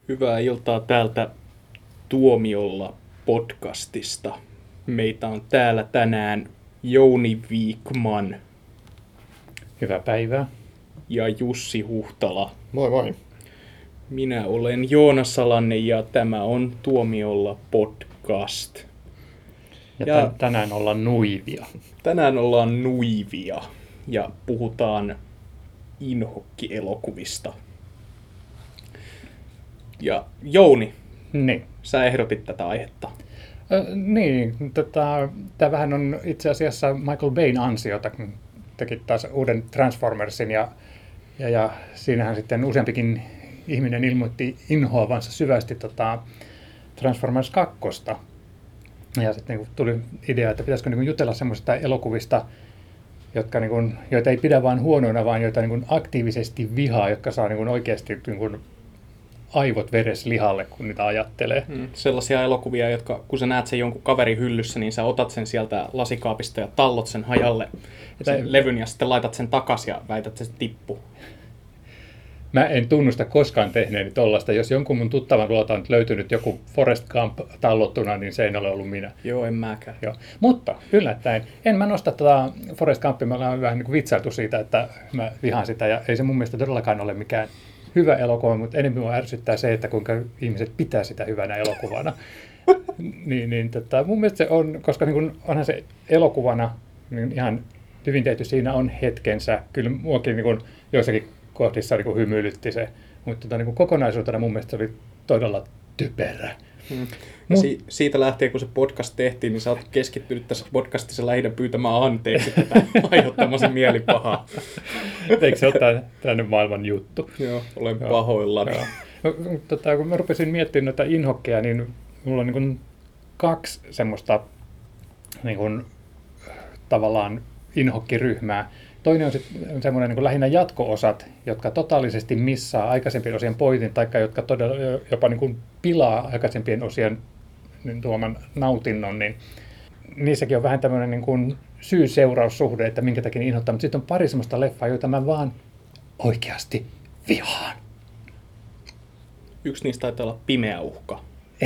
Hyvää iltaa täältä Tuomiolla podcastista. Meitä on täällä tänään Jouni Viikman Hyvää päivää. ja Jussi Huhtala. Moi moi. Minä olen Joonas Salanen ja tämä on Tuomiolla podcast. Ja tänään ollaan nuivia. Tänään ollaan nuivia ja puhutaan inhokkielokuvista. Ja Jouni, Niin. sä ehdotit tätä aihetta. Tämä vähän on itse asiassa Michael Bayn ansiota, kun teki taas uuden Transformersin ja siinähän sitten useampikin ihminen ilmoitti inhoavansa syvästi Transformers 2. Ja sitten niin tuli idea, että pitäisikö niin jutella semmoisista elokuvista, jotka, niin joita ei pidä vain huonoina, vaan joita niin aktiivisesti vihaa, jotka saa niin oikeasti niin aivot veres lihalle, kun niitä ajattelee. Sellaisia elokuvia, jotka kun sä näet sen jonkun kaverin hyllyssä, niin sä otat sen sieltä lasikaapista ja tallot sen hajalle sen levyn ja sitten laitat sen takas ja väität, että se tippuu. Mä en tunnusta koskaan tehneeni tollaista. Jos jonkun mun tuttavan luota on löytynyt joku Forrest Gump tallottuna, niin se ei ole ollut minä. Joo, en mäkään. Joo. Mutta yllättäen, en mä nosta tätä Forrest Gumpia, mä olen vähän niin kuin vitsailtu siitä, että mä vihaan sitä, ja ei se mun mielestä todellakaan ole mikään hyvä elokuva, mutta enemmän minua ärsyttää se, että kuinka ihmiset pitää sitä hyvänä elokuvana. Mun mielestä se on, koska niin onhan se elokuvana niin ihan hyvin tehty, siinä on hetkensä. Kyllä muakin niin joissakin kohdissa niin hymyilytti se, mutta niin kokonaisuutena mun mielestä se oli todella typerä. Siitä lähtien, kun se podcast tehtiin, niin sä oot keskittynyt tässä podcastissa lähinnä pyytämään anteeksi tätä aiheuttamasi mielipahaa. Eikö se ole tänne maailman juttu? Joo, olen pahoillani. Kun mä rupesin miettimään noita inhokkeja, niin mulla on niin kaksi semmoista niin tavallaan inhokkiryhmää. Toinen on sitten semmoinen niin lähinnä jatko-osat, jotka totaalisesti missaa aikaisempien osien pointin, tai jotka todella jopa niin pilaa aikaisempien osien niin tuoman nautinnon, niin niissäkin on vähän tämmöinen niin syy-seuraussuhde, että minkä takia inhottaa. Mutta sitten on pari semmoista leffaa, joita mä vaan oikeasti vihaan. Yksi niistä taitaa olla Pimeä uhka.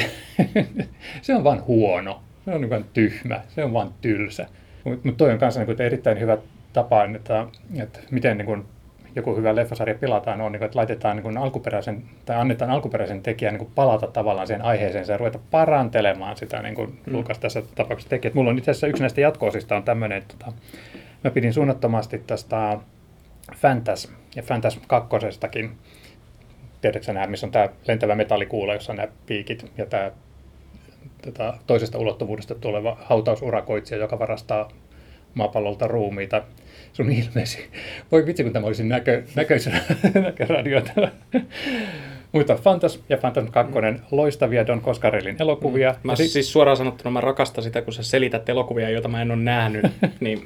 Se on vaan huono, se on vaan tyhmä, se on vaan tylsä. Mutta toi on kanssa niin erittäin hyvä tapa, että miten niin joku hyvä leffasarja pilataan, on, että laitetaan niin alkuperäisen, tai annetaan alkuperäisen tekijän niin palata tavallaan siihen aiheeseen ja ruveta parantelemaan sitä, niin kuin Lukas tässä tapauksessa teki. Mulla on itse asiassa yksi näistä jatko-osista on tämmöinen, että mä pidin suunnattomasti tästä Phantasm ja Phantasm 2:stakin. Tiedätkö sä missä on tämä lentävä metallikuula, jossa on nämä piikit ja tämä toisesta ulottuvuudesta tuleva hautausurakoitsija, joka varastaa maapallolta ruumiita. Sun ilmeesi. Voi vitsi, kun tämä olisi näköisenä näköradioita. Mutta Phantasm ja Phantasm 2, loistavia Don Coscarellin elokuvia. Mä siis suoraan sanottuna mä rakastan sitä, kun sä selität elokuvia, joita mä en ole nähnyt. Niin.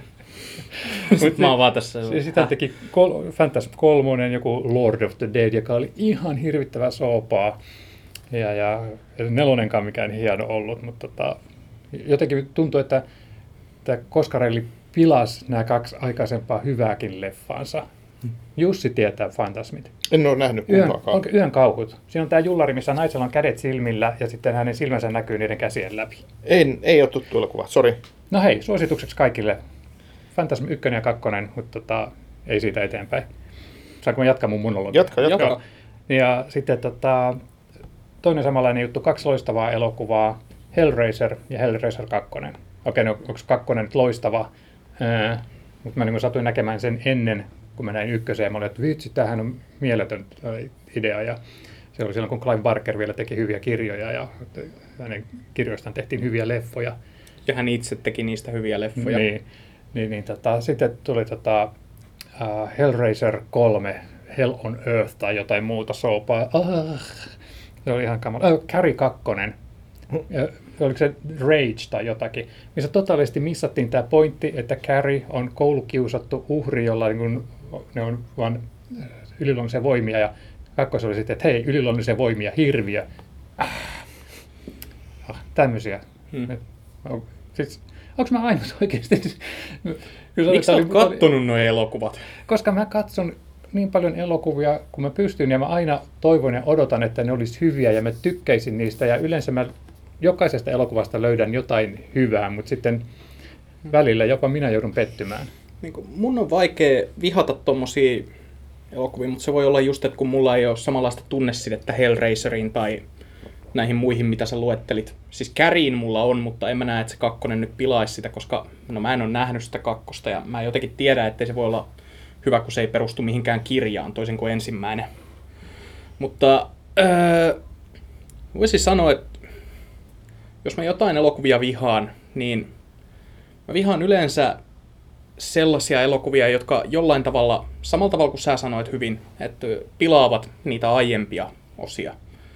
Mä oon vaan tässä. Sitä teki Phantasm 3, joku Lord of the Dead, joka oli ihan hirvittävä soopaa. Ja 4:nkaan mikään hieno ollut, mutta jotenkin tuntuu, että Coscarelli pilasi nämä kaksi aikaisempaa hyvääkin leffaansa. Jussi tietää Phantasmit. En ole nähnyt kumpaakaan. Yön kauhut. Siinä on tämä jullari, missä naisella on kädet silmillä ja sitten hänen silmänsä näkyy niiden käsien läpi. Ei ole tuttu elokuva, sori. No hei, suositukseksi kaikille. Phantasm 1 ja 2, mutta ei siitä eteenpäin. Saanko mä jatkaa mun monologia? Jatka. Ja sitten toinen samanlainen juttu, 2 loistavaa elokuvaa, Hellraiser ja Hellraiser 2. Okei, no onko 2 nyt loistava? Mutta mä niin satuin näkemään sen ennen, kun mä näin 1. Ja mä olin, että vitsi, tämähän on mieletön idea. Ja se oli silloin, kun Clive Barker vielä teki hyviä kirjoja ja hänen kirjoistaan tehtiin hyviä leffoja. Ja hän itse teki niistä hyviä leffoja. Sitten tuli Hellraiser 3, Hell on Earth tai jotain muuta soopaa. Se oli ihan kamala. Carrie 2. Oliko se Rage tai jotakin, missä totaalisesti missattiin tämä pointti, että Carrie on koulukiusattu uhri, jolla niin ne on vain yliluonnollisia voimia, ja 2 oli sitten, että hei, yliluonnollisia voimia, hirviö. Tämmöisiä. Siis, onko mä ainut oikeasti? Miksi sä oot kattonut nuo elokuvat? Koska mä katson niin paljon elokuvia, kun mä pystyn, ja mä aina toivon ja odotan, että ne olisi hyviä, ja mä tykkäisin niistä, ja yleensä mä jokaisesta elokuvasta löydän jotain hyvää, mutta sitten välillä jopa minä joudun pettymään. Niin mun on vaikea vihata tommosia elokuvia, mutta se voi olla just, että kun mulla ei ole samanlaista tunnesidettä Hellraiseriin tai näihin muihin, mitä sä luettelit. Siis Carryin mulla on, mutta en mä näe, että se kakkonen nyt pilaisi sitä, koska mä en ole nähnyt sitä kakkosta ja mä jotenkin tiedän, ettei se voi olla hyvä, kun se ei perustu mihinkään kirjaan, toisin kuin ensimmäinen. Mutta voisin sanoa, että jos mä jotain elokuvia vihaan, niin mä vihaan yleensä sellaisia elokuvia, jotka jollain tavalla, samalla tavalla kuin sä sanoit hyvin, että pilaavat niitä aiempia osia.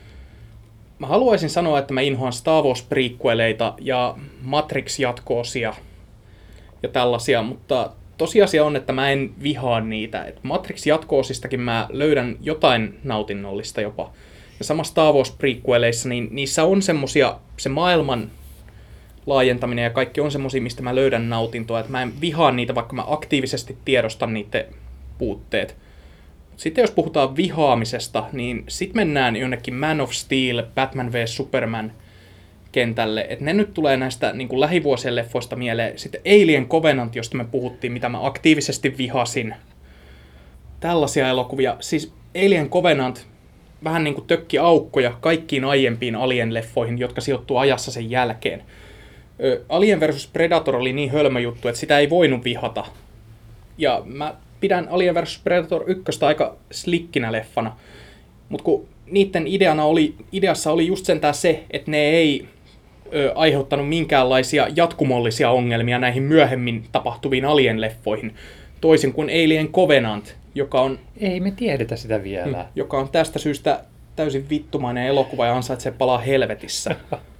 Mä haluaisin sanoa, että mä inhoan Star Wars prequeleita ja Matrix-jatko-osia ja tällaisia, mutta tosiasia on, että mä en vihaa niitä. Et Matrix-jatko-osistakin mä löydän jotain nautinnollista jopa. Ja sama Star Wars prequeleissa, niin niissä on semmosia, se maailman laajentaminen ja kaikki on semmosia, mistä mä löydän nautintoa. Että mä en vihaa niitä, vaikka mä aktiivisesti tiedostan niiden puutteet. Sitten jos puhutaan vihaamisesta, niin sitten mennään jonnekin Man of Steel, Batman vs Superman kentälle. Et ne nyt tulee näistä niin kuin lähivuosien leffoista mieleen. Sitten Alien Covenant, josta me puhuttiin, mitä mä aktiivisesti vihasin. Tällaisia elokuvia. Siis Alien Covenant vähän niin kuin tökki aukkoja kaikkiin aiempiin Alien-leffoihin, jotka sijoittuu ajassa sen jälkeen. Alien vs Predator oli niin hölmö juttu, että sitä ei voinut vihata. Ja mä pidän Alien vs Predator 1 aika slikkinä leffana. Mutta kun niiden ideassa oli just sentään se, että ne ei aiheuttanut minkäänlaisia jatkumollisia ongelmia näihin myöhemmin tapahtuviin Alien-leffoihin. Toisin kuin Alien Covenant, joka on... Ei me tiedetä sitä vielä. Joka on tästä syystä täysin vittumainen elokuva ja ansaitsee palaa helvetissä.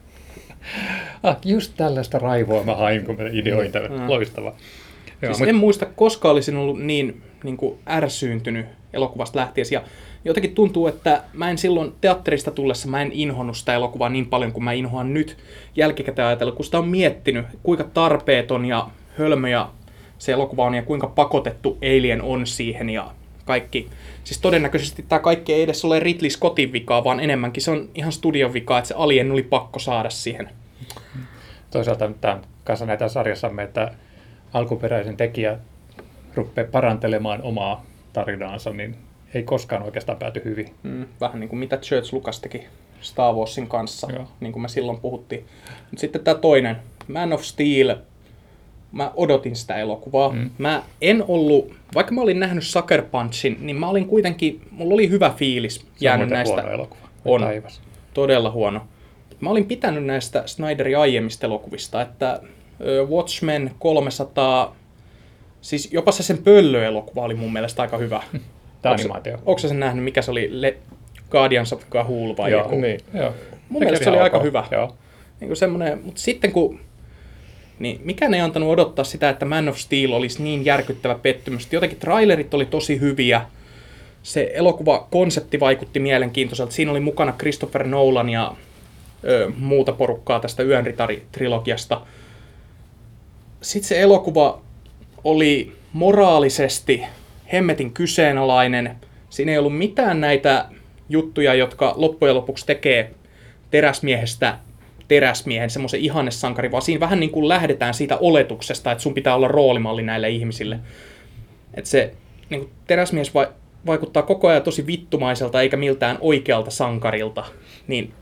Just tällaista raivoa mä hain, kun mä ideoin tämän. Loistava. Siis en muista, koska olisin ollut niin kuin ärsyyntynyt elokuvasta lähtiessä. Ja jotenkin tuntuu, että mä en silloin teatterista tullessa, mä en inhonnut sitä elokuvaa niin paljon kuin mä inhoan nyt jälkikäteen ajatella, kun sitä on miettinyt, kuinka tarpeeton ja hölmö se elokuva on ja kuinka pakotettu Alien on siihen ja kaikki. Siis todennäköisesti tämä kaikki ei edes ole Ridley Scottin vikaa, vaan enemmänkin se on ihan studion vikaa, että se Alien oli pakko saada siihen. Toisaalta tämän kanssa näitä sarjassamme, että alkuperäisen tekijä rupeaa parantelemaan omaa tarinaansa, niin ei koskaan oikeastaan pääty hyvin. Vähän niin kuin mitä George Lucas teki Star Warsin kanssa, niin kuin me silloin puhuttiin. Mutta sitten tämä toinen, Man of Steel, mä odotin sitä elokuvaa. Mä en ollut, vaikka mä olin nähnyt Sucker Punchin, niin mä olin kuitenkin, mulla oli hyvä fiilis jäänyt näistä. Huono elokuva. On, todella huono. Mä olin pitänyt näistä Snyderin aiemmista elokuvista, että Watchmen 300, siis jopa se sen pöllöelokuva oli mun mielestä aika hyvä. Tämä animaatio. Onko sä sen nähnyt, mikä se oli, Guardians of Ga'Hoole vai joku? Niin. Joo. Mun mielestä se oli aika hyvä. Joo. Niin kuin semmoinen, mutta sitten kun, niin mikään ei antanut odottaa sitä, että Man of Steel olisi niin järkyttävä pettymys. Jotenkin trailerit oli tosi hyviä. Se elokuvakonsepti vaikutti mielenkiintoiselta. Siinä oli mukana Christopher Nolan ja muuta porukkaa tästä Yönritari-trilogiasta. Sitten se elokuva oli moraalisesti hemmetin kyseenalainen. Siinä ei ollut mitään näitä juttuja, jotka loppujen lopuksi tekee teräsmiehestä teräsmiehen, semmoisen ihannesankari, vaan siinä vähän niin kuin lähdetään siitä oletuksesta, että sun pitää olla roolimalli näille ihmisille. Että se niin kuin teräsmies vaikuttaa koko ajan tosi vittumaiselta eikä miltään oikealta sankarilta. Niin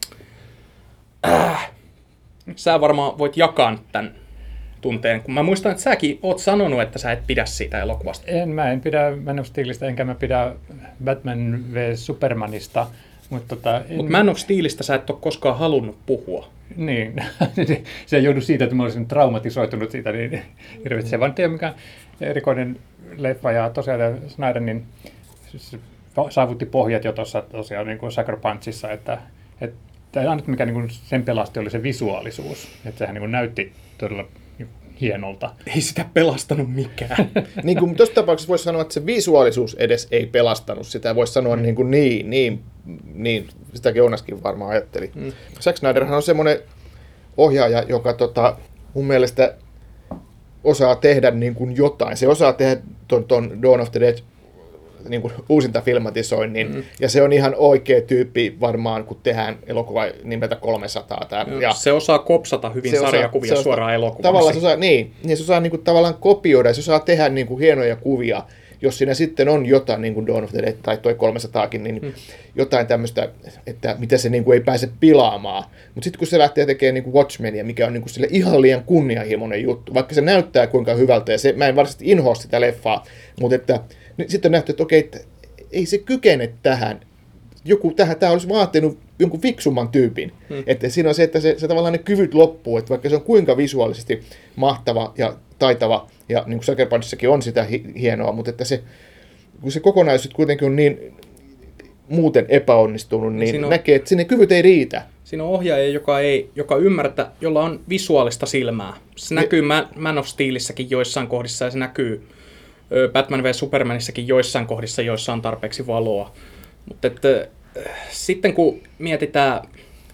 sä varmaan voit jakaa tämän tunteen, kun mä muistan, että säkin oot sanonut, että sä et pidä siitä elokuvasta. Mä en pidä Man of Steelistä, enkä mä pidä Batman vs Supermanista. Mutta Man of Steelistä sä et ole koskaan halunnut puhua. Niin, se ei joudu siitä, että mä olisin traumatisoitunut siitä, niin hirveästi se vaan ei ole mikään erikoinen leffa, ja tosiaan Snyder niin saavutti pohjat jo tuossa tosiaan niin kuin Sucker Punchissa, että ainut mikä niin kuin sen pelasti oli se visuaalisuus, että sehän niin kuin näytti todella hienolta. Ei sitä pelastanut mikään. Niin kuin tuossa tapauksessa voisi sanoa, että se visuaalisuus edes ei pelastanut sitä. Voisi sanoa niin, sitäkin Joonaskin varmaan ajatteli. Zack Snyderhan on semmoinen ohjaaja, joka mun mielestä osaa tehdä niin kuin jotain. Se osaa tehdä ton Dawn of the Dead niin kuin uusinta filmatisoinnin, ja se on ihan oikea tyyppi varmaan, kun tehdään elokuva nimeltä 300. Ja se osaa kopsata hyvin sarjakuvia suoraan elokuvaan. Tavallaan se osaa, se osaa niin kuin, tavallaan kopioida, ja se osaa tehdä niin kuin, hienoja kuvia, jos siinä sitten on jotain, niin kuin Dawn of the Dead tai toi 300kin, niin jotain tämmöistä, että mitä se niin kuin, ei pääse pilaamaan. Mutta sitten kun se lähtee tekemään niin kuin Watchmenia, mikä on niin kuin, sille ihan liian kunnianhimoinen juttu, vaikka se näyttää kuinka hyvältä, ja mä en varsinaisesti inhoa sitä leffaa, mutta että, niin sitten on nähty, että okei, että ei se kykene tähän. Tämä olisi vaatinut jonkun fiksumman tyypin. Että siinä on se, että se tavallaan ne kyvyt loppuu, että vaikka se on kuinka visuaalisesti mahtava ja taitava, ja niin kuin Sucker Punchissakin on sitä hienoa, mutta että kun se kokonaisuus kuitenkin on niin muuten epäonnistunut, niin näkee, että sinne kyvyt ei riitä. Siinä on ohjaaja, joka ymmärtää, jolla on visuaalista silmää. Se näkyy Man of Steelissäkin joissain kohdissa, ja se näkyy Batman v Supermanissakin joissain kohdissa, joissa on tarpeeksi valoa. Mutta sitten kun mietitään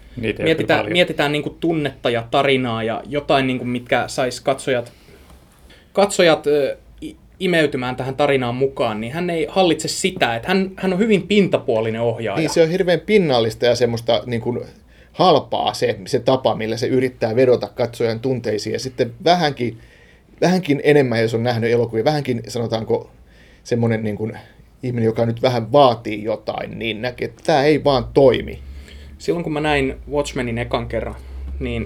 niin kuin tunnetta ja tarinaa ja jotain, niin kuin, mitkä sais katsojat imeytymään tähän tarinaan mukaan, niin hän ei hallitse sitä, että hän on hyvin pintapuolinen ohjaaja. Niin, se on hirveän pinnallista ja semmoista niin kuin halpaa se tapa, millä se yrittää vedota katsojan tunteisiin. Ja sitten vähänkin enemmän, jos on nähnyt elokuvia, vähänkin sanotaanko semmoinen niin kuin ihminen, joka nyt vähän vaatii jotain, niin näkee, että tämä ei vaan toimi. Silloin kun mä näin Watchmenin ekan kerran, niin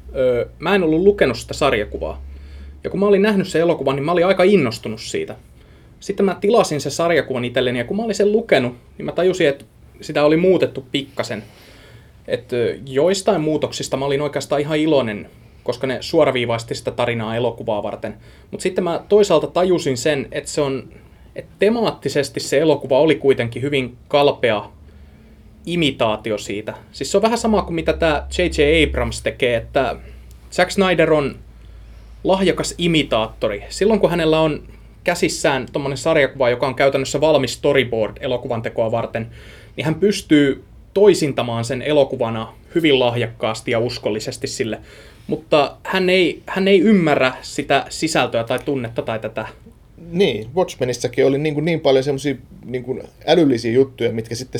mä en ollut lukenut sitä sarjakuvaa. Ja kun mä olin nähnyt sen elokuvan, niin mä olin aika innostunut siitä. Sitten mä tilasin sen sarjakuvan itselleni, ja kun mä olin sen lukenut, niin mä tajusin, että sitä oli muutettu pikkasen. Että joistain muutoksista mä olin oikeastaan ihan iloinen, koska ne suoraviivaisti sitä tarinaa elokuvaa varten. Mutta sitten mä toisaalta tajusin sen, että temaattisesti se elokuva oli kuitenkin hyvin kalpea imitaatio siitä. Siis se on vähän sama kuin mitä tämä J.J. Abrams tekee, että Zack Snyder on lahjakas imitaattori. Silloin kun hänellä on käsissään tommonen sarjakuva, joka on käytännössä valmis storyboard elokuvan tekoa varten, niin hän pystyy toisintamaan sen elokuvana hyvin lahjakkaasti ja uskollisesti sille. Mutta hän ei ymmärrä sitä sisältöä tai tunnetta tai tätä. Niin, Watchmenissakin oli niin paljon semmoisia niin älyllisiä juttuja,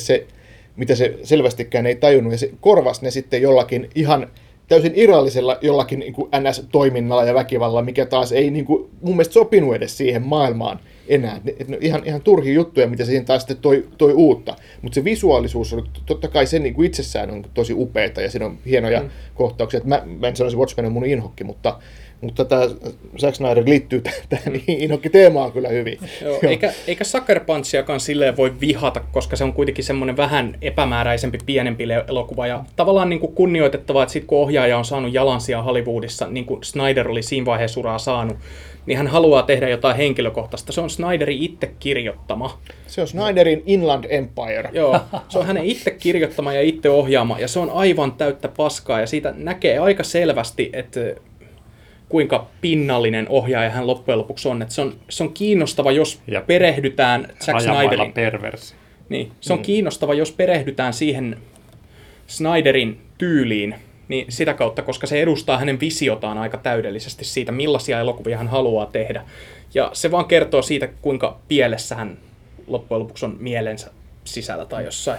mitä se selvästikään ei tajunnut, ja se korvasi ne sitten jollakin ihan täysin irrallisella jollakin niin kuin NS-toiminnalla ja väkivallalla, mikä taas ei niin kuin, mun mielestä sopinut edes siihen maailmaan enää. Ihan turhia juttuja, mitä siihen taas sitten toi uutta. Mutta se visuaalisuus oli totta kai se niin kuin itsessään on tosi upeata, ja siinä on hienoja kohtauksia. Mä en sanoisi, Watchmen on mun inhokki, mutta tämä Zack Snyder liittyy tähän inhokki-teemaan kyllä hyvin. Joo, eikä Sucker Punchiakaan silleen voi vihata, koska se on kuitenkin semmoinen vähän epämääräisempi, pienempi elokuva. Ja tavallaan niin kuin kunnioitettavaa, että sitten kun ohjaaja on saanut jalansijaa Hollywoodissa, niin kuin Snyder oli siinä vaiheessa uraa saanut, niin hän haluaa tehdä jotain henkilökohtaista. Se on Snyderin itse kirjoittama. Se on Snyderin Inland Empire. Joo, se on hänen itse kirjoittama ja itse ohjaama, ja se on aivan täyttä paskaa, ja siitä näkee aika selvästi, että kuinka pinnallinen ohjaaja hän loppujen lopuksi on. Että se on kiinnostava, jos perehdytään Zack Snyderin. Perversi. Niin, se on kiinnostava, jos perehdytään siihen Snyderin tyyliin, niin sitä kautta, koska se edustaa hänen visiotaan aika täydellisesti siitä, millaisia elokuvia hän haluaa tehdä. Ja se vaan kertoo siitä, kuinka pielessä hän loppujen lopuksi on mielensä sisällä tai jossain.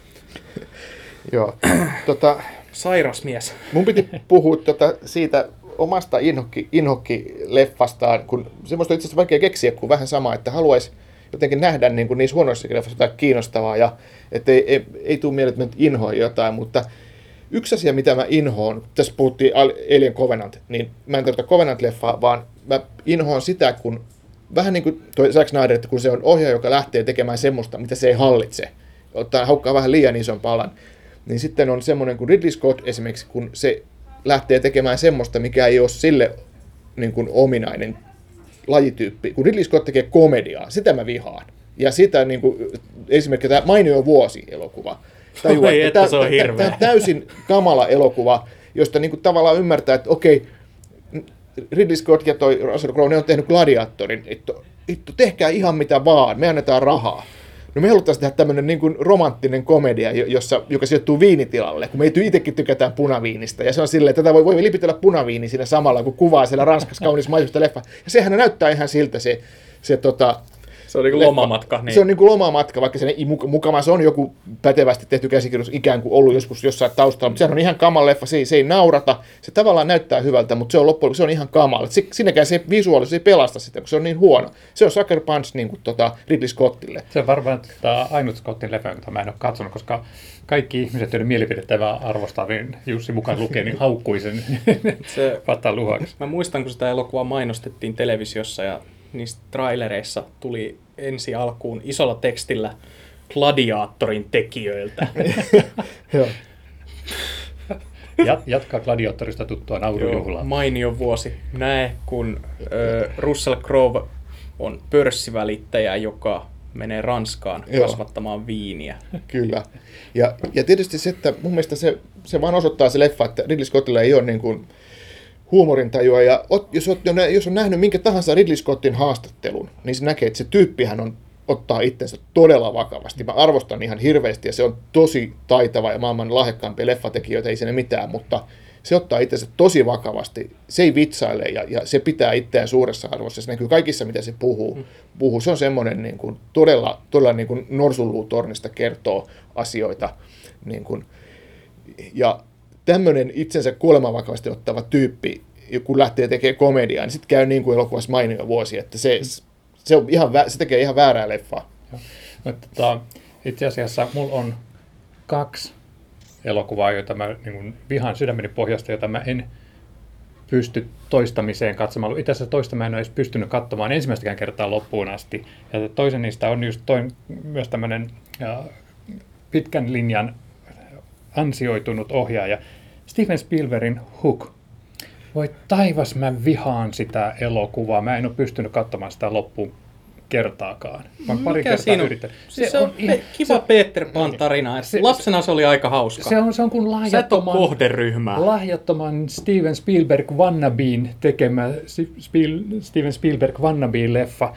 Joo. Sairas mies. Mun piti puhua siitä omasta inhokki-leffastaan, kun semmoista on itse asiassa vaikea keksiä, kun vähän sama, että haluaisi jotenkin nähdä niin kuin niissä huonoissakin leffoissa jotain kiinnostavaa, ja että ei tule mieleen, että mä inhoan jotain, mutta yksi asia, mitä mä inhoan, tässä puhuttiin Alien Covenant, niin mä en tarkoita Covenant-leffaa, vaan mä inhoan sitä, kun vähän niin kuin toi Zack Snyder, että kun se on ohjaaja, joka lähtee tekemään semmoista, mitä se ei hallitse, haukkaa vähän liian ison palan, niin sitten on semmoinen kuin Ridley Scott esimerkiksi, kun se lähtee tekemään semmoista, mikä ei ole sille niin kuin ominainen lajityyppi. Kun Ridley Scott tekee komediaa, sitä mä vihaan. Ja sitä niin kuin, esimerkiksi tämä Mainio vuosi-elokuva. Tajua, että se on hirveä. Tämä on täysin kamala elokuva, josta niin kuin tavallaan ymmärtää, että okei, Ridley Scott ja toi Russell Crowe, ne on tehnyt Gladiatorin. Tehkää ihan mitä vaan, me annetaan rahaa. No me haluttaisiin tehdä tämmöinen niin kuin romanttinen komedia, joka sijoittuu viinitilalle, kun me itsekin tykätään punaviinistä. Ja se on silleen, että tätä voi lipitellä punaviini siinä samalla, kun kuvaa siellä Ranskassa kaunis maisusta leffa. Ja sehän näyttää ihan siltä se Se on niin kuin lomamatka. Niin. Se on niin kuin lomamatka, vaikka se mukava se on joku pätevästi tehty käsikirjoitus ikään kuin ollut joskus jossain taustalla, mutta sehän on ihan kamal leffa, se ei naurata, se tavallaan näyttää hyvältä, mutta se on loppujen se on ihan kamal. Sinnekään se visuaalisuus ei pelasta sitä, kun se on niin huono. Se on Sucker Punch niin kuin Ridley Scottille. Se on varmaan ainut Scottin leffa, jota mä en ole katsonut, koska kaikki ihmiset, joiden mielipidettä arvostaa, niin Jussi mukaan lukee, niin haukkui sen Fatal Luhaksi. Mä muistan, kun sitä elokuvaa mainostettiin televisiossa ja niissä trailereissa tuli ensi alkuun isolla tekstillä Gladiatorin tekijöiltä. Joo. Jatkaa Gladiatorista tuttua naurujuhlaa. Mainio vuosi. Näe, kun Russell Crowe on pörssivälittäjä, joka menee Ranskaan kasvattamaan viiniä. Kyllä. Ja tietysti se, että mun mielestä se vaan osoittaa se leffa, että Ridley Scottilla ei ole niin kuin huumorintajua. Ja jos on nähnyt minkä tahansa Ridley Scottin haastattelun, niin se näkee, että se tyyppihän ottaa itsensä todella vakavasti. Mä arvostan ihan hirveästi ja se on tosi taitava ja maailman lahjakkaampia leffatekijöitä, ei siinä mitään, mutta se ottaa itsensä tosi vakavasti. Se ei vitsaile ja se pitää itseään suuressa arvossa. Se näkyy kaikissa, mitä se puhuu. Se on semmoinen niin kuin, todella niin kuin norsunluutornista kertoo asioita. Niin kuin, ja tämmöinen itsensä kuolemanvakavasti ottava tyyppi, kun lähtee tekemään komediaa, niin sitten käy niin kuin elokuvassa Mainio vuosi, että se tekee ihan väärää leffaa. Mutta itse asiassa mulla on 2 elokuvaa, joita mä niin vihaan sydämeni pohjasta, jota mä en pysty toistamiseen katsomaan. Itse asiassa toista mä en ole edes pystynyt katsomaan ensimmäistäkään kertaa loppuun asti. Ja toisen niistä on just myös tämmöinen pitkän linjan ansioitunut ohjaaja Steven Spielbergin Hook. Voi taivas, mä vihaan sitä elokuvaa. Mä en ole pystynyt katsomaan sitä loppuun kertaakaan. Mä pari kertaa yrittänyt. Se on kiva Peter Pan-tarina. Lapsena se oli aika hauska. Se on kuin lahjattoman Steven Spielberg wannabeen tekemä Steven Spielberg wannabeen-leffa.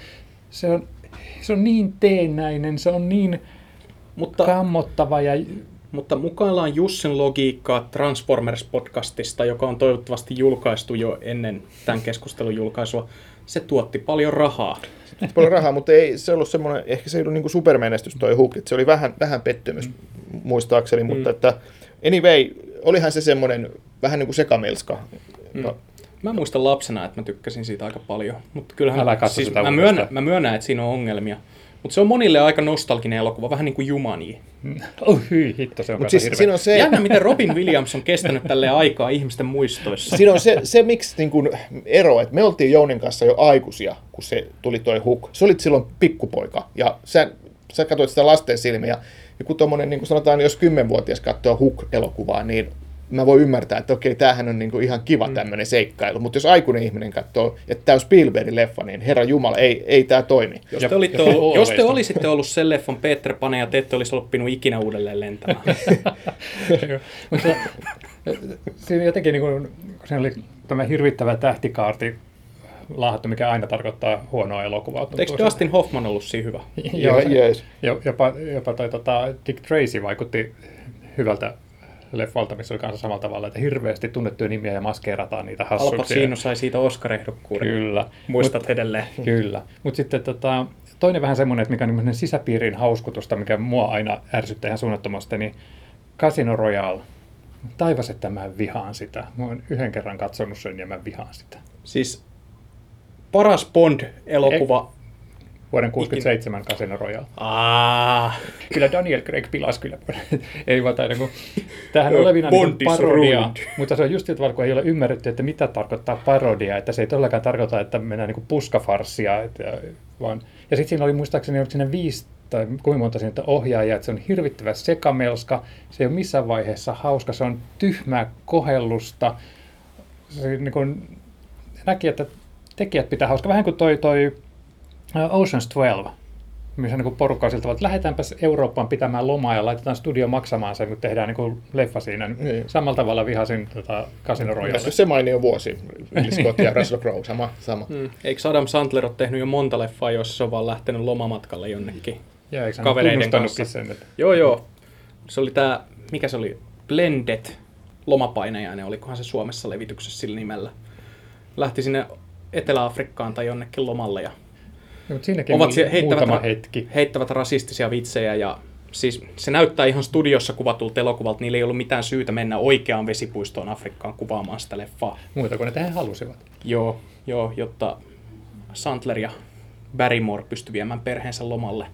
Se on niin teennäinen, se on niin kammottava ja... Mutta mukaillaan Jussin logiikkaa Transformers-podcastista, joka on toivottavasti julkaistu jo ennen tämän keskustelun julkaisua. Se tuotti paljon rahaa. Mutta ei se ollut semmoinen, ehkä se ei ollut niin kuin supermenestys toi Hook, se oli vähän pettymys muistaakseni, mutta että anyway, olihan se semmoinen vähän niin kuin sekamelska. Mä muistan lapsena, että mä tykkäsin siitä aika paljon, mutta kyllähän siis mä myönnän, että siinä on ongelmia. Mutta se on monille aika nostalginen elokuva, vähän niin kuin Jumanji. Hyi, hitto, se on kanssa siis hirveä. Se... Jännä, miten Robin Williams on kestänyt tälleen aikaa ihmisten muistoissa. Siinä on se miksi niin kun ero, että me oltiin Jounin kanssa jo aikuisia, kun se tuli toi Hook. Se olit silloin pikkupoika, ja sä katsoit sitä lasten silmiä, ja kun tommonen, niin kuin sanotaan, jos 10-vuotias katsoo Hook-elokuvaa, niin mä voin ymmärtää, että okei, tämähän on niin kuin ihan kiva tämmöinen seikkailu, mutta jos aikuinen ihminen katsoo, että tämä on Spielbergin leffa, niin herra jumala, ei tämä toimi. Jos te olisitte ollut sen leffan Peter Pan ja te ette olisi oppinut ikinä uudelleen lentämään. Mutta siinä jotenkin, niin kun siinä oli tämä hirvittävä tähtikaarti laahattu, mikä aina tarkoittaa huonoa elokuvaa. Eikö Dustin Hoffman ollut siinä hyvä? Joo, jopa toi Dick Tracy vaikutti hyvältä leffalta, missä oli kanssa samalla tavalla, että hirveästi tunnettuja nimiä ja maskeerataan niitä hassuksia. Al Pacino sai siitä Oscar-ehdokkuuden. Kyllä. Muistat edelleen. Kyllä. Mutta sitten toinen vähän semmoinen, että mikä on sisäpiirin hauskutusta, mikä mua aina ärsyttää ihan suunnattomasti, niin Casino Royale. Taivas, että mä vihaan sitä. Mä oon yhden kerran katsonut sen ja mä vihaan sitä. Siis paras Bond-elokuva. Vuoden 1967 Casino Royale. Kyllä Daniel Craig pilasi kyllä. Ei vaan tämä tämähän olevina niin parodia, mutta se on just tavalla, kun ei ole ymmärretty, että mitä tarkoittaa parodia, että se ei todellakaan tarkoita, että mennään niin puskafarssia, vaan. Ja sitten siinä oli muistaakseni, oliko siinä 5 tai kuinka monta siinä ohjaajaa, että se on hirvittävä sekamelska, se ei ole missään vaiheessa hauska, se on tyhmää kohellusta, se niin kuin näki, että tekijät pitää hauska, vähän kuin toi Ocean's 12, missä niin porukka on siltä, että lähdetäänpäs Eurooppaan pitämään lomaa ja laitetaan studio maksamaan sen, kun tehdään niin leffa siinä. Niin. Samalla tavalla vihasin Casino Royale. Se Mainio vuosi, Scott ja Russell Crowe, sama. Eikö Adam Sandler ole tehnyt jo monta leffaa, jossa se on vaan lähtenyt lomamatkalle jonnekin kavereiden kanssa? Sen, että... Joo. Se oli tämä, mikä se oli, Blended lomapainajainen, olikohan se Suomessa levityksessä sillä nimellä. Lähti sinne Etelä-Afrikkaan tai jonnekin lomalle ja mutta siinäkin ovat muutama hetki. heittävät rasistisia vitsejä ja siis se näyttää ihan studiossa kuvatulta elokuvalta. Niillä ei ollut mitään syytä mennä oikeaan vesipuistoon Afrikkaan kuvaamaan sitä leffaa. Muuta kuin ne tähän halusivat. Joo, jotta Sandler ja Barrymore pystyi viemään perheensä lomalle.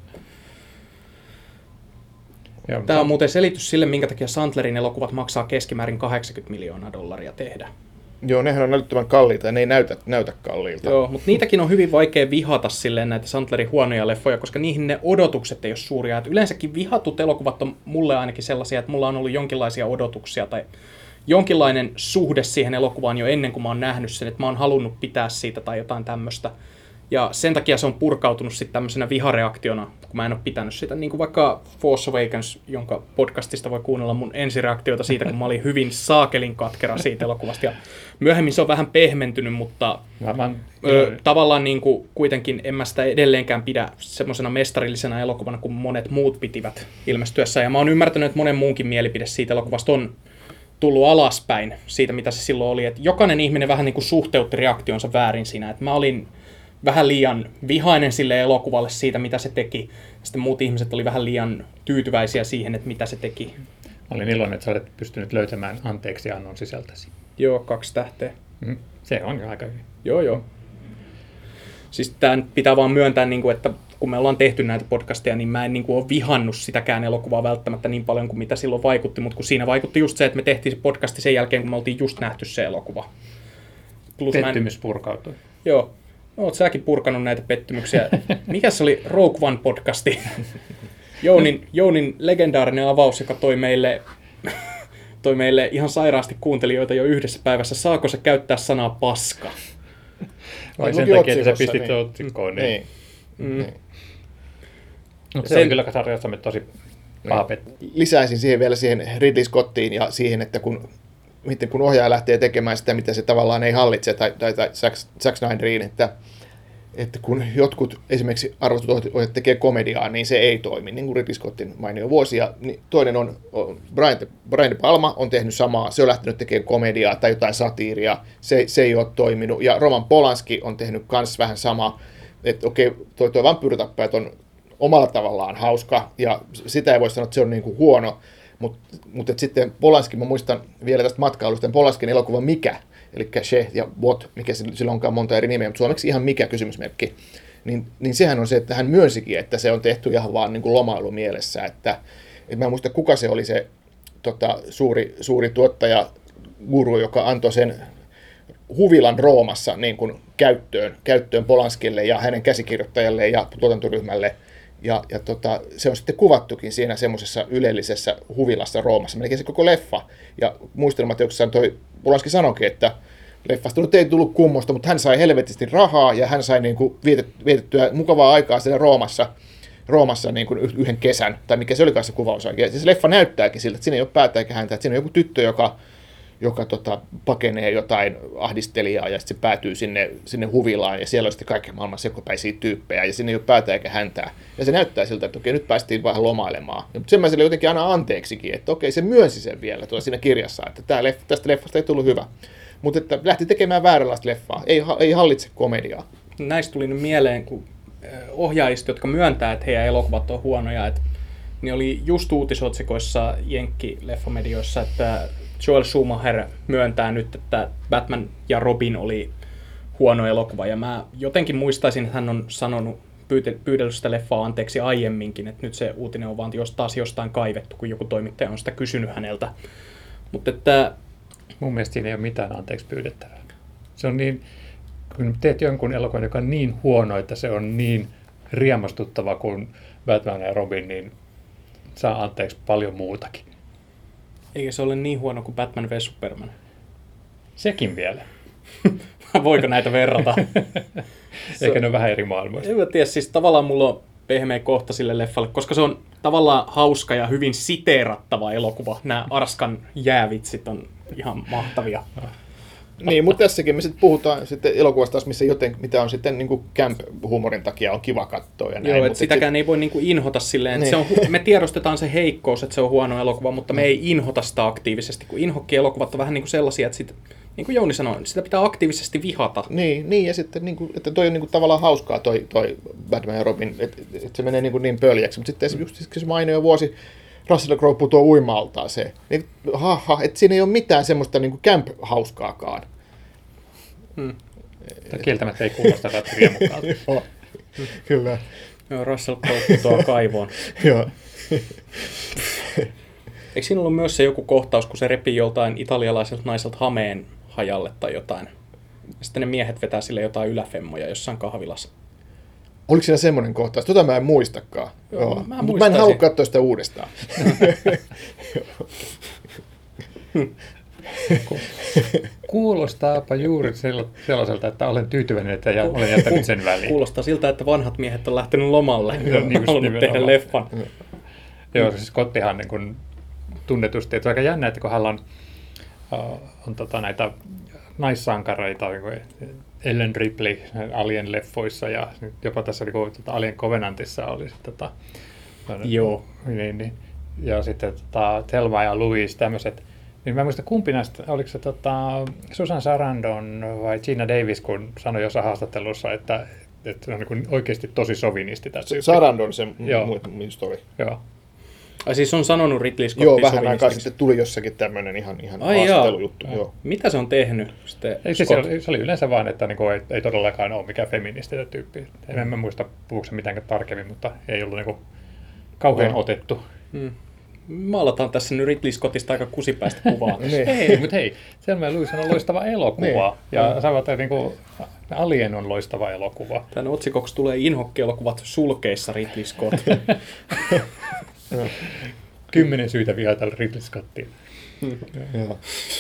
Joo, Tämä on muuten selitys sille, minkä takia Sandlerin elokuvat maksaa keskimäärin $80 miljoonaa tehdä. Joo, nehän on älyttömän kalliita ja ne ei näytä kalliilta. Joo, mutta niitäkin on hyvin vaikea vihata silleen näitä Sandlerin huonoja leffoja, koska niihin ne odotukset ei ole suuria. Et yleensäkin vihatut elokuvat on mulle ainakin sellaisia, että mulla on ollut jonkinlaisia odotuksia tai jonkinlainen suhde siihen elokuvaan jo ennen kuin mä oon nähnyt sen, että mä oon halunnut pitää siitä tai jotain tämmöistä. Ja sen takia se on purkautunut sitten tämmöisenä vihareaktiona, kun mä en ole pitänyt sitä. Niin kuin vaikka Force Awakens, jonka podcastista voi kuunnella mun ensireaktiota siitä, kun mä olin hyvin saakelin katkera siitä elokuvasta. Ja myöhemmin se on vähän pehmentynyt, mutta tavallaan niin kuin kuitenkin en mä sitä edelleenkään pidä semmoisena mestarillisena elokuvana, kuin monet muut pitivät ilmestyessä. Ja mä oon ymmärtänyt, että monen muunkin mielipide siitä elokuvasta on tullut alaspäin siitä, mitä se silloin oli. Että jokainen ihminen vähän niin kuin suhteutti reaktionsa väärin siinä. Että mä olin vähän liian vihainen sille elokuvalle siitä, mitä se teki. Sitten muut ihmiset oli vähän liian tyytyväisiä siihen, että mitä se teki. Olin iloinen, että sä olet pystynyt löytämään anteeksiannon sisältäsi. Joo, 2 tähteä. Se on jo aika hyvin. Joo. Siis tämä pitää vaan myöntää, että kun me ollaan tehty näitä podcasteja, niin mä en ole vihannut sitäkään elokuvaa välttämättä niin paljon kuin mitä silloin vaikutti, mutta kun siinä vaikutti just se, että me tehtiin se podcasti sen jälkeen, kun me oltiin just nähty se elokuva. Pettymys purkautui. Joo. No, oot säkin purkanut näitä pettymyksiä. Mikä se oli Rogue One-podcasti? Jounin legendaarinen avaus, joka toi meille ihan sairaasti kuuntelijoita jo yhdessä päivässä. Saako se käyttää sanaa paska? Vai sen takia, että sä pistit otsikkoon. Niin. No, se on kyllä sarjassamme tosi paha Lisäisin siihen Ridley Scottiin ja siihen, että kun ohjaaja lähtee tekemään sitä, mitä se tavallaan ei hallitse, tai Zack Snyderiin, että kun jotkut esimerkiksi arvostut ohjaajat tekee komediaa, niin se ei toimi, niin kuin Ridley Scottin mainio vuosia. Niin toinen on Brian De Palma on tehnyt samaa, se on lähtenyt tekemään komediaa tai jotain satiiria, se ei ole toiminut. Ja Roman Polanski on tehnyt myös vähän samaa, että okei, toi vampyyritappäjät on omalla tavallaan hauska, ja sitä ei voi sanoa, että se on niin kuin huono. Mutta sitten Polanski, mä muistan vielä tästä matkailusta, Polanskin elokuva Mikä, eli She ja What, mikä sillä onkaan monta eri nimeä, mutta suomeksi ihan Mikä kysymysmerkki, niin sehän on se, että hän myönsikin, että se on tehty ihan vaan niin kuin lomailumielessä, että mä en muista kuka se oli se suuri tuottaja, guru, joka antoi sen huvilan Roomassa niin kuin käyttöön Polanskille ja hänen käsikirjoittajalle ja tuotantoryhmälle. Ja se on sitten kuvattukin siinä semmoisessa ylellisessä huvilassa Roomassa, melkein se koko leffa. Ja muistelmateoksessaan toi Polanski sanoikin, että leffasta nyt ei tullut kummosta, mutta hän sai helvetisti rahaa ja hän sai niin kuin vietettyä mukavaa aikaa siellä Roomassa niin kuin yhden kesän, tai mikä se olikaan se kuvaus. Ja se leffa näyttääkin siltä, että siinä ei ole päätä eikä häntä, että siinä on joku tyttö, joka pakenee jotain ahdistelijaa ja sitten se päätyy sinne huvilaan ja siellä on sitten kaiken maailman sekopäisiä tyyppejä ja sinne ei ole päätä eikä häntää. Ja se näyttää siltä, että okei, nyt päästiin vähän lomailemaan. Mutta sen mä sille jotenkin aina anteeksikin, että okei, se myönsi sen vielä siinä kirjassa, että tästä leffasta ei tullut hyvä. Mutta että lähti tekemään vääränlaista leffaa, ei hallitse komediaa. Näistä tuli nyt mieleen, kun ohjaajista, jotka myöntää, että heidän elokuvat on huonoja, että niin oli just uutisotsikoissa Jenkki-leffamedioissa, että Joel Schumacher myöntää nyt, että Batman ja Robin oli huono elokuva, ja mä jotenkin muistaisin, että hän on pyydellyt sitä leffaa anteeksi aiemminkin, että nyt se uutinen on vaan taas jostain kaivettu, kun joku toimittaja on sitä kysynyt häneltä. Mutta että mun mielestä siinä ei ole mitään anteeksi pyydettävää. Se on niin, kun teet jonkun elokuvan, joka on niin huono, että se on niin riemastuttava kuin Batman ja Robin, niin saa anteeksi paljon muutakin. Eikä se ole niin huono kuin Batman v Superman. Sekin vielä. Voiko näitä verrata? Eikä ne ole vähän eri maailmoista. En mä tiedä, siis tavallaan mulla on pehmeä kohta sille leffalle, koska se on tavallaan hauska ja hyvin siteerattava elokuva. Nämä Arskan jäävitsit on ihan mahtavia. Niin, mutta tässäkin me sitten puhutaan sitten elokuvasta taas, mitä on sitten niin kuin camp-huumorin takia on kiva katsoa. Ja näin, joo, että sitäkään ei voi niin kuin inhota silleen. Niin. Me tiedostetaan se heikkous, että se on huono elokuva, mutta me ei inhota sitä aktiivisesti, kun inhokki-elokuvat on vähän niin kuin sellaisia, että niin kuin Jouni sanoi, sitä pitää aktiivisesti vihata. Niin ja sitten, niin kuin, että toi on niin kuin, tavallaan hauskaa toi Batman ja Robin, että se menee niin pöljäksi. Mutta sitten just se mainio vuosi, Russell Crowe putoaa uima-altaaseen. Niin, että siinä ei ole mitään semmoista niin kuin camp-hauskaakaan. Kieltämättä ei kuulosta riemukkaalta. Kyllä. Joo, Russell Crowe putoaa kaivoon. Joo. Eikö siinä ollut myös se joku kohtaus, kun se repii joltain italialaiselta naiselta hameen hajalle tai jotain? Ja sitten ne miehet vetää sille jotain yläfemmoja jossain kahvilassa. Oliko siinä semmoinen kohtaus? Tota mä en muistakaan. Joo, Mä en halua katsoa sitä uudestaan. Kuulostaapa juuri sellaiselta, että olen tyytyväinen, että olen jättänyt sen väliin. Kuulostaa siltä, että vanhat miehet on lähtenyt lomalle ja Niin just halunnut tehdä nimenomaan. leffan. Joo, siis Scottihan niin kuin tunnetusti, että on aika jännä, että kun hän on näitä naissankareita, niin kuin Ellen Ripley Alien-leffoissa ja jopa tässä niin kuin, Alien Covenantissa oli Joo. niin, ja sitten Thelma ja Louise, tämmöiset. Niin mä en muista kumpi näistä, oliko se Susan Sarandon vai Gina Davis, kun sanoi jossain haastattelussa, että se on niin kuin oikeasti tosi sovinisti. Sarandon se minusta oli. Joo. Ai siis on sanonut Ridley Scott. Joo, vähän aikaa sitten tuli jossakin tämmöinen ihan haastattelujuttu. Joo. Mitä se on tehnyt sitten Se oli yleensä vaan, että niinku ei todellakaan ole mikään feministinen tyyppi. En mä muista puhuuko se mitenkään tarkemmin, mutta ei ollut niinku kauhean otettu. Maalataan tässä nyt Ridley Scottista aika kusipäistä kuvaa. Ei, mutta hei, Thelma ja Louise on loistava elokuva. Ja saavat niinku, Alien on loistava elokuva. Tänne otsikoksi tulee inhokkielokuvat sulkeissa Ridley Scott. 10 syytä vihata Ridley Scottia. Joo.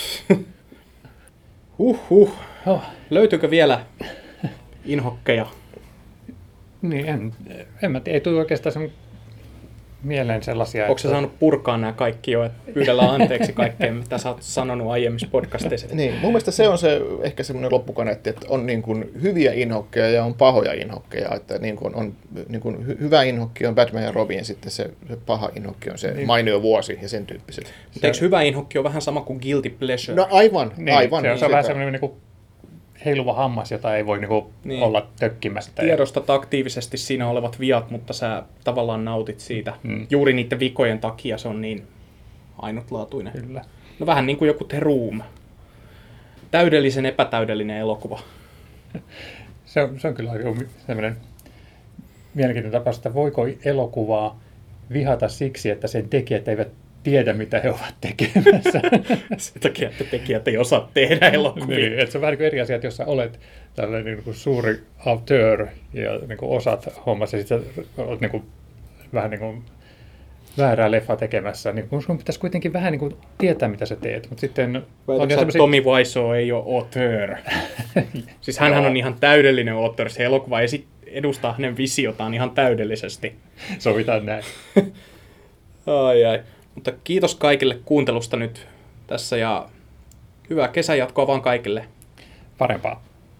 Löytyykö vielä inhokkeja? Niin, en mä tiedä, ei tule oikeastaan sen mieleen sellaisia. Onko sä saanut purkaa nämä kaikki jo, että pyydellä anteeksi kaikkeen, mitä sä oot sanonut aiemmissa podcasteissa? Niin, mun mielestä se on se ehkä semmoinen loppukaneetti, että on niin kuin hyviä inhokkeja ja on pahoja inhokkeja. Että niin kuin on niin kuin hyvä inhokki on Batman ja Robin, sitten se paha inhokki on se mainio vuosi ja sen tyyppiset. Mutta eikö hyvä inhokki ole vähän sama kuin guilty pleasure? No aivan. Se on vähän semmoinen niin heiluva hammas, jota ei voi olla tökkimässä. Tiedostat aktiivisesti siinä olevat viat, mutta sä tavallaan nautit siitä. Juuri niiden vikojen takia se on niin ainutlaatuinen. Kyllä. No vähän niin kuin joku The Room. Täydellisen epätäydellinen elokuva. Se on kyllä sellainen mielenkiintoinen tapaus, että voiko elokuvaa vihata siksi, että sen tekijät eivät tiedä, mitä he ovat tekemässä. Sen takia, että tekijät ei osaa tehdä elokuvia. Niin, että se on vähän niin kuin eri asia, että jos sä olet tällainen niin kuin suuri auteur ja niin kuin osat hommassa, ja sitten olet niin kuin, vähän niin kuin väärää leffaa tekemässä, niin sun pitäisi kuitenkin vähän niin kuin tietää, mitä sä teet. Mutta sitten Tommy Wiseau ei ole auteur. Siis hänhän on ihan täydellinen auteur. Se elokuva edustaa hänen visiotaan ihan täydellisesti. Sovitaan näin. Ai. Mutta kiitos kaikille kuuntelusta nyt tässä ja hyvää kesänjatkoa vaan kaikille. Parempaa.